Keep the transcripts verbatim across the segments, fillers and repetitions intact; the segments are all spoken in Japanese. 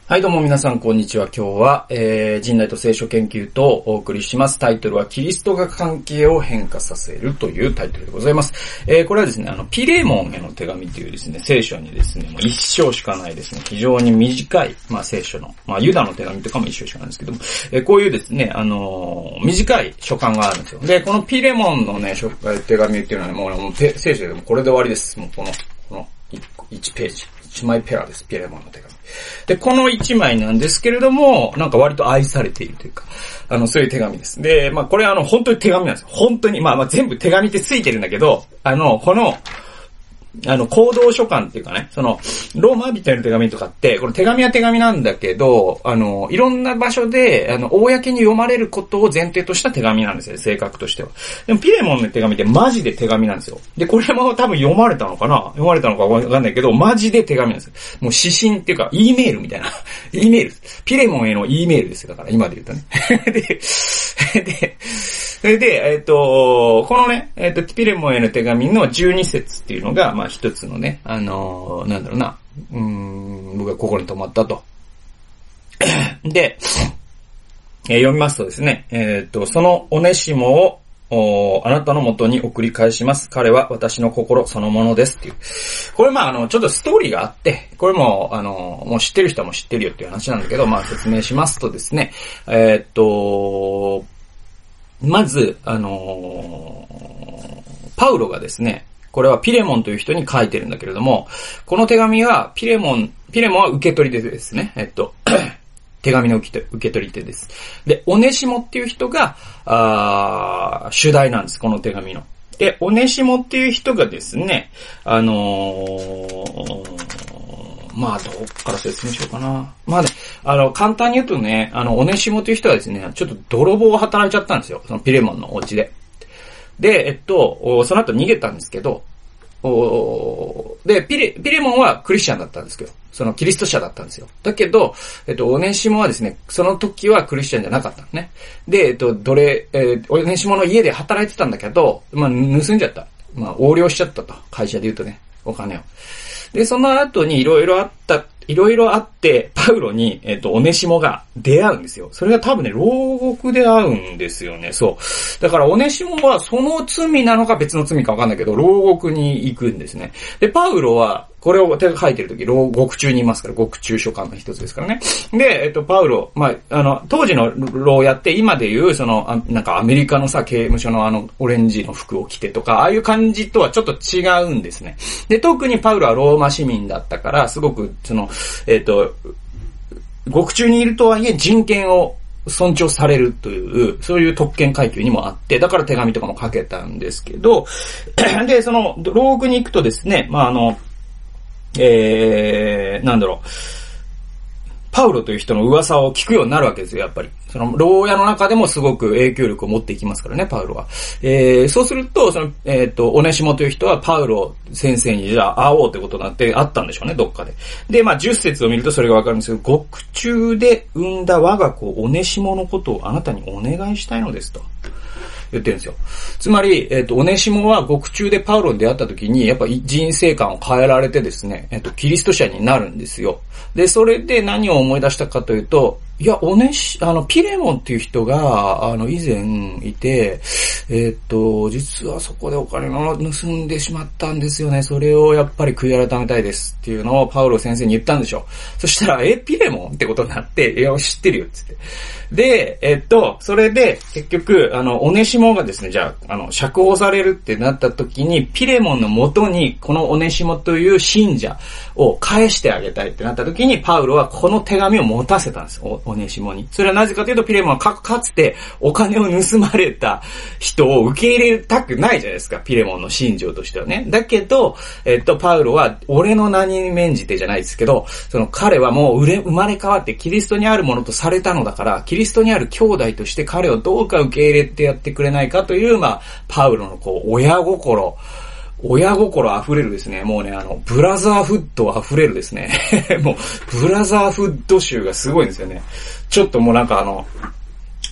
はい、どうも皆さん、こんにちは。今日は、えー、人類と聖書研究とお送りします。タイトルは、キリストが関係を変化させるというタイトルでございます。えー、これはですね、あの、ピレモンへの手紙というですね、聖書にですね、もう一章しかないですね、非常に短い、まあ聖書の、まあユダの手紙とかも一章しかないんですけども、えー、こういうですね、あのー、短い書簡があるんですよ。で、このピレモンのね、書手紙っていうのはね、もう、もう聖書でもこれで終わりです。もうこの、このいちページ。いちまいペラです、ピレモンの手紙。で、このいちまいなんですけれども、なんか割と愛されているというか、あの、そういう手紙です。で、まあこれあの、本当に手紙なんですよ。本当に、まあまあ全部手紙ってついてるんだけど、あの、この、あの、行動書簡っていうかね、その、ローマ人への手紙とかって、この手紙は手紙なんだけど、あの、いろんな場所で、あの、公に読まれることを前提とした手紙なんですよ、性格としては。でも、ピレモンの手紙ってマジで手紙なんですよ。で、これも多分読まれたのかな読まれたのかわかんないけど、マジで手紙なんですよ。もう指針っていうか、E メールみたいな。E メール。ピレモンへの E メールですよ、だから、今で言うとね。で、で、それで、えっと、このね、えっと、ピレモンへの手紙のじゅうに節っていうのが、まあ一つのね、あのー、なんだろうな、うーん、僕が心に留まったと。で、えー、読みますとですね、えっと、そのオネシモを、あなたの元に送り返します。彼は私の心そのものですっていう。これまああの、ちょっとストーリーがあって、これもあの、もう知ってる人はもう知ってるよっていう話なんだけど、まあ説明しますとですね、えっと、まず、あのー、パウロがですね、これはピレモンという人に書いてるんだけれども、この手紙はピレモン、ピレモンは受け取り手ですね。えっと、手紙の受け取り手です。で、オネシモっていう人が、あー、主題なんです、この手紙の。で、オネシモっていう人がですね、あのー、まあ、どっから説明しようかな。まあね、あの、簡単に言うとね、あの、オネシモという人はですね、ちょっと泥棒を働いちゃったんですよ。そのピレモンのお家で。で、えっと、その後逃げたんですけど、で、ピレ、ピレモンはクリスチャンだったんですけど、そのキリスト者だったんですよ。だけど、えっと、オネシモはですね、その時はクリスチャンじゃなかったのね。で、えっと、どれ、えー、オネシモの家で働いてたんだけど、まあ、盗んじゃった。まあ、横領しちゃったと。会社で言うとね、お金を。で、その後にいろいろあった、いろいろあって、パウロに、えっと、オネシモが出会うんですよ。それが多分ね、牢獄で会うんですよね。そう。だから、オネシモはその罪なのか別の罪かわかんないけど、牢獄に行くんですね。で、パウロは、これを手が書いてるとき、牢獄中にいますから、獄中書簡の一つですからね。で、えっと、パウロ、まあ、あの、当時の牢屋って、今でいう、その、なんかアメリカのさ、刑務所のあの、オレンジの服を着てとか、ああいう感じとはちょっと違うんですね。で、特にパウロはローマ市民だったから、すごく、その、えっと、獄中にいるとはいえ人権を尊重されるという、そういう特権階級にもあって、だから手紙とかも書けたんですけど、で、その、牢獄に行くとですね、まあ、あの、えー、なんだろう、パウロという人の噂を聞くようになるわけですよ、やっぱり。その、牢屋の中でもすごく影響力を持っていきますからね、パウロは。えー、そうすると、その、えっと、オネシモという人はパウロ先生にじゃあ会おうってことになって会ったんでしょうね、どっかで。で、まあ、じゅっ節を見るとそれがわかるんですけど、獄中で産んだ我が子オネシモのことをあなたにお願いしたいのですと。言ってるんですよ。つまり、えっと、オネシモは獄中でパウロに出会った時に、やっぱ人生観を変えられてですね、えっと、キリスト者になるんですよ。で、それで何を思い出したかというと、いや、オネシ、あの、ピレモンっていう人が、あの、以前いて、えっと、実はそこでお金を盗んでしまったんですよね。それをやっぱり悔い改めたいですっていうのをパウロ先生に言ったんでしょう。そしたら、え、ピレモンってことになって、いや、知ってるよ、つって。で、えっと、それで、結局、あの、オネシモがですね、じゃあ、あの、釈放されるってなった時に、ピレモンの元に、このオネシモという信者を返してあげたいってなった時に、パウロはこの手紙を持たせたんですよ、オネシモに。それはなぜかというと、ピレモンは か, かつてお金を盗まれた人を受け入れたくないじゃないですか、ピレモンの信条としてはね。だけど、えっと、パウロは、俺の名に免じてじゃないですけど、その彼はもう生まれ変わってキリストにあるものとされたのだから、キリストにある兄弟として彼をどうか受け入れてやってくれないかという、まあ、パウロのこう、親心、親心溢れるですね。もうね、あの、ブラザーフッド溢れるですね。もう、ブラザーフッド集がすごいんですよね。ちょっともうなんかあの、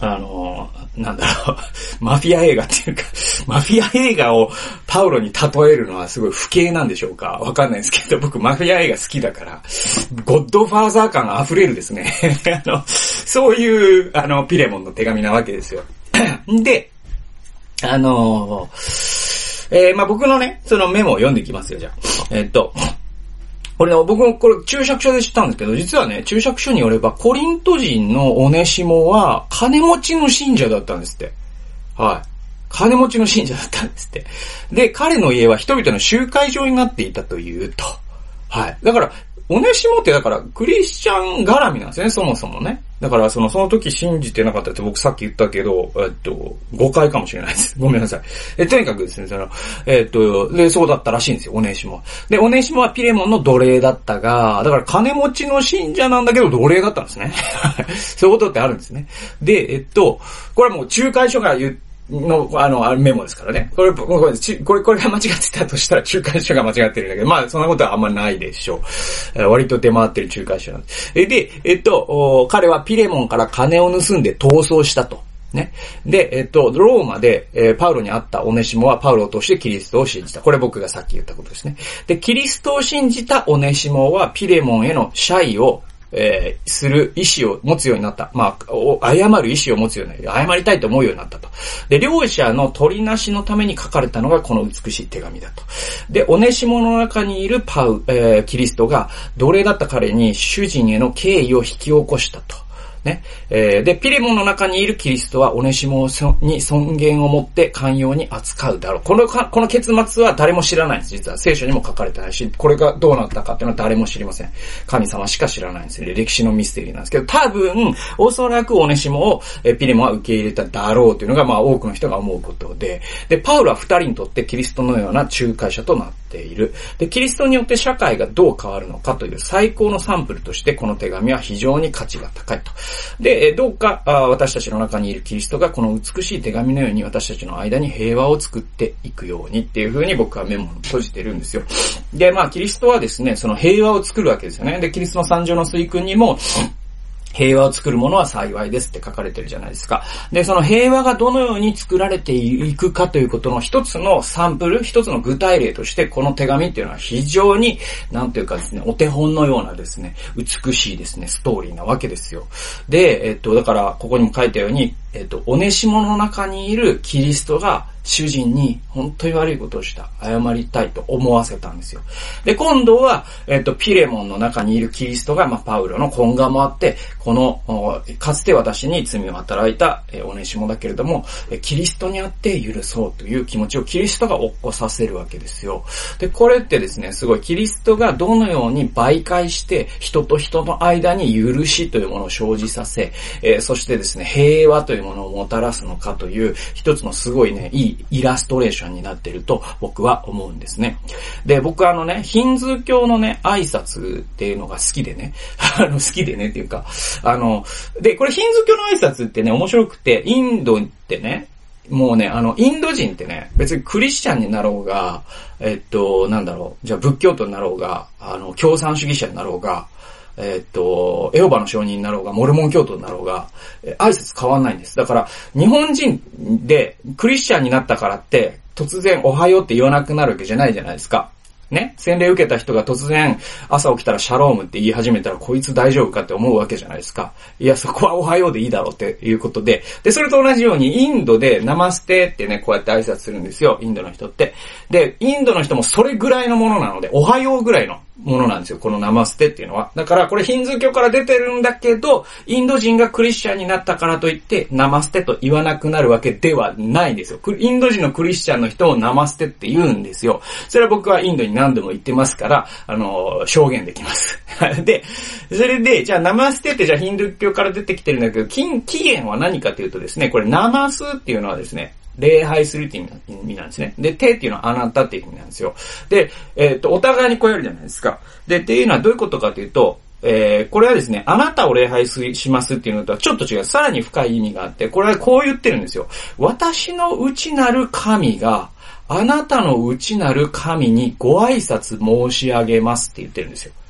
あの、なんだろう、マフィア映画っていうか、マフィア映画をパウロに例えるのはすごい不敬なんでしょうか？わかんないですけど、僕マフィア映画好きだから、ゴッドファーザー感溢れるですね。あの、そういう、あの、ピレモンの手紙なわけですよ。で、あの、えー、まあ、僕のね、そのメモを読んでいきますよ、じゃあ。えー、っと、これね、僕もこれ注釈書で知ったんですけど、実はね、注釈書によれば、コリント人のオネシモは、金持ちの信者だったんですって。はい。金持ちの信者だったんですって。で、彼の家は人々の集会場になっていたというと。はい。だから、オネシモってだから、クリスチャン絡みなんですね、そもそもね。だから、その、その時信じてなかったって僕さっき言ったけど、えっと、誤解かもしれないです。ごめんなさい。え、とにかくですね、その、えっと、で、そうだったらしいんですよ、オネシモ。で、オネシモはピレモンの奴隷だったが、だから金持ちの信者なんだけど奴隷だったんですね。そういうことってあるんですね。で、えっと、これはもう仲介書から言って、の、あの、メモですからね。これ、これ、これ、これが間違ってたとしたら仲介書が間違ってるんだけど、まあ、そんなことはあんまないでしょう。割と出回ってる仲介書なんです。で、えっと、彼はピレモンから金を盗んで逃走したと。ね。で、えっと、ローマで、えー、パウロに会ったオネシモはパウロを通してキリストを信じた。これ僕がさっき言ったことですね。で、キリストを信じたオネシモはピレモンへの謝意をえー、する意思を持つようになった。まあ、謝る意思を持つようになった。謝りたいと思うようになったと。で、両者の取りなしのために書かれたのがこの美しい手紙だと。で、オネシモの中にいるパウ、えー、キリストが奴隷だった彼に主人への敬意を引き起こしたと。ね。えー、で、ピレモンの中にいるキリストはオネシモに尊厳を持って寛容に扱うだろう。このか、この結末は誰も知らないんです。実は聖書にも書かれてないし、これがどうなったかっていうのは誰も知りません。神様しか知らないんですよ。歴史のミステリーなんですけど、多分、おそらくオネシモをえピレモンは受け入れただろうというのが、まあ多くの人が思うことで、で、パウロは二人にとってキリストのような仲介者となっている。で、キリストによって社会がどう変わるのかという最高のサンプルとして、この手紙は非常に価値が高いと。で、どうか私たちの中にいるキリストがこの美しい手紙のように私たちの間に平和を作っていくようにっていう風に僕はメモを閉じてるんですよ。で、まあキリストはですね、その平和を作るわけですよね。で、キリストの三条の水訓にも、平和を作るものは幸いですって書かれてるじゃないですか。で、その平和がどのように作られていくかということの一つのサンプル、一つの具体例として、この手紙っていうのは非常に、なんというかですね、お手本のようなですね、美しいですね、ストーリーなわけですよ。で、えっと、だから、ここにも書いたように、えっと、オネシモの中にいるキリストが、主人に本当に悪いことをした。謝りたいと思わせたんですよ。で、今度は、えっと、ピレモンの中にいるキリストが、まあ、パウロの懇願もあって、この、かつて私に罪を働いた、えー、オネシモだけれども、キリストにあって許そうという気持ちをキリストが起こさせるわけですよ。で、これってですね、すごいキリストがどのように媒介して、人と人の間に許しというものを生じさせ、えー、そしてですね、平和というものをもたらすのかという、一つのすごいね、いいイラストレーションになっていると僕は思うんですね。で、僕はあのね、ヒンズー教のね、挨拶っていうのが好きでね、あの、好きでねっていうか、あの、で、これヒンズー教の挨拶ってね、面白くて、インドってね、もうね、あの、インド人ってね、別にクリスチャンになろうが、えっと、なんだろう、じゃあ仏教徒になろうが、あの、共産主義者になろうが、えっと、エホバの証人になろうが、モルモン教徒になろうが、挨拶変わんないんです。だから、日本人でクリスチャンになったからって、突然おはようって言わなくなるわけじゃないじゃないですか。ね、洗礼受けた人が突然朝起きたらシャロームって言い始めたらこいつ大丈夫かって思うわけじゃないですか。いや、そこはおはようでいいだろうっていうことで。で、それと同じようにインドでナマステってね、こうやって挨拶するんですよ。インドの人って。で、インドの人もそれぐらいのものなので、おはようぐらいのものなんですよ。このナマステっていうのは。だからこれヒンズー教から出てるんだけど、インド人がクリスチャンになったからといってナマステと言わなくなるわけではないんですよ。インド人のクリスチャンの人をナマステって言うんですよ。それは僕はインドに何度も行ってますから、あの、証言できます。で、それで、じゃあナマステってじゃあヒンドゥー教から出てきてるんだけど、起源は何かというとですね、これナマスっていうのはですね、礼拝するっていう意味なんですね。で、テっていうのはあなたっていう意味なんですよ。で、えっと、お互いにこうやるじゃないですか。で、っていうのはどういうことかというと、えー、これはですね、あなたを礼拝しますっていうのとはちょっと違う。さらに深い意味があって、これはこう言ってるんですよ。私の内なる神が、あなたの内なる神にご挨拶申し上げますって言ってるんですよ。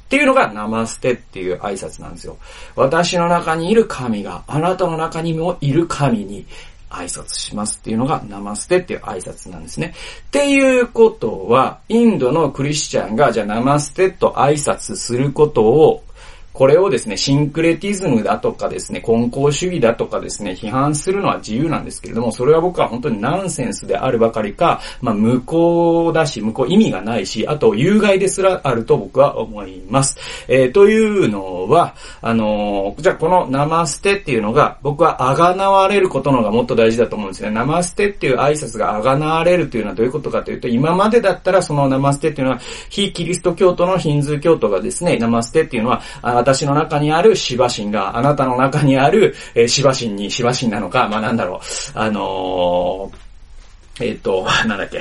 っていうのがナマステっていう挨拶なんですよ。私の中にいる神があなたの中にもいる神に挨拶しますっていうのがナマステっていう挨拶なんですね。っていうことは、インドのクリスチャンがじゃあナマステと挨拶することを、これをですね、シンクレティズムだとかですね、根高主義だとかですね、批判するのは自由なんですけれども、それは僕は本当にナンセンスであるばかりか、まあ無効だし、無効意味がないし、あと有害ですらあると僕は思います。えー、というのは、あのー、じゃあこのナマステっていうのが、僕はあがなわれることの方がもっと大事だと思うんですね。ナマステっていう挨拶があがなわれるというのはどういうことかというと、今までだったらそのナマステっていうのは、非キリスト教徒のヒンズー教徒がですね、ナマステっていうのは、私の中にあるシバ神が、あなたの中にある、えー、シバ神に、シバ神なのか、まあ、なんだろう、あのー、えっと、なんだっけ、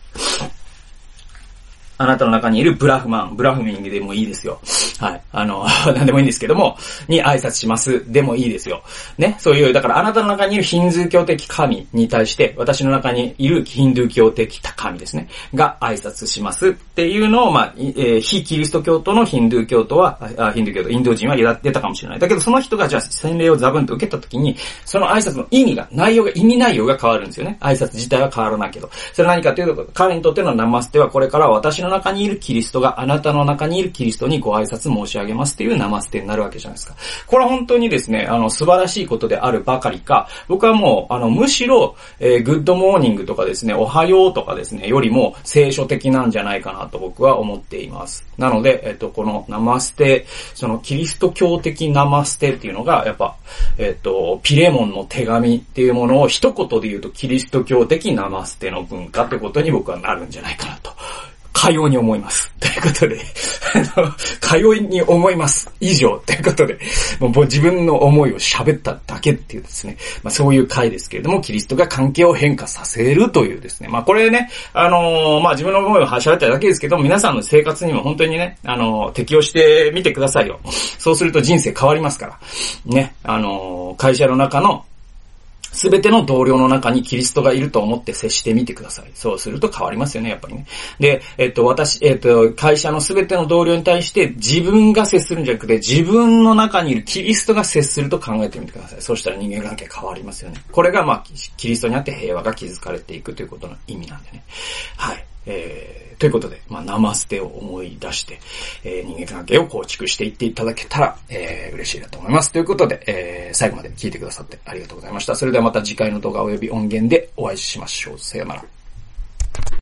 あなたの中にいるブラフマン、ブラフミングでもいいですよ。はい。あの、なんでもいいんですけども、に挨拶します。でもいいですよ。ね。そういう、だからあなたの中にいるヒンズー教的神に対して、私の中にいるヒンドゥー教的神ですね。が挨拶しますっていうのを、まあ、えー、非キリスト教徒のヒンドゥー教徒は、あヒンドゥー教徒、インド人はやってたかもしれない。だけどその人がじゃあ洗礼をザブンと受けた時に、その挨拶の意味が、内容が、意味内容が変わるんですよね。挨拶自体は変わらないけど。それは何かというと、彼にとってのナマステはこれから私の中にいるキリストがあなたの中にいるキリストにご挨拶申し上げますっていうナマステになるわけじゃないですか。これは本当にですね、あの素晴らしいことであるばかりか、僕はもうあのむしろ、えー、グッドモーニングとかですね、おはようとかですね、よりも聖書的なんじゃないかなと僕は思っています。なので、えっとこのナマステ、そのキリスト教的ナマステっていうのがやっぱえっとピレモンの手紙っていうものを一言で言うとキリスト教的ナマステの文化ってことに僕はなるんじゃないかなと。かように思います。ということで、あの、かように思います。以上。ということで、もう自分の思いを喋っただけっていうですね、まあそういう回ですけれども、キリストが関係を変化させるというですね、まあこれね、あのー、まあ自分の思いを喋っただけですけど、皆さんの生活にも本当にね、あのー、適用してみてくださいよ。そうすると人生変わりますから。ね、あのー、会社の中の、すべての同僚の中にキリストがいると思って接してみてください。そうすると変わりますよね、やっぱりね。で、えっと、私、えっと、会社のすべての同僚に対して自分が接するんじゃなくて、自分の中にいるキリストが接すると考えてみてください。そうしたら人間関係変わりますよね。これが、まあ、キリストにあって平和が築かれていくということの意味なんでね。はい。えー、ということで、まあ、ナマステを思い出して、えー、人間関係を構築していっていただけたら、えー、嬉しいなと思います。ということで、えー、最後まで聞いてくださってありがとうございました。それではまた次回の動画及び音源でお会いしましょう。さよなら。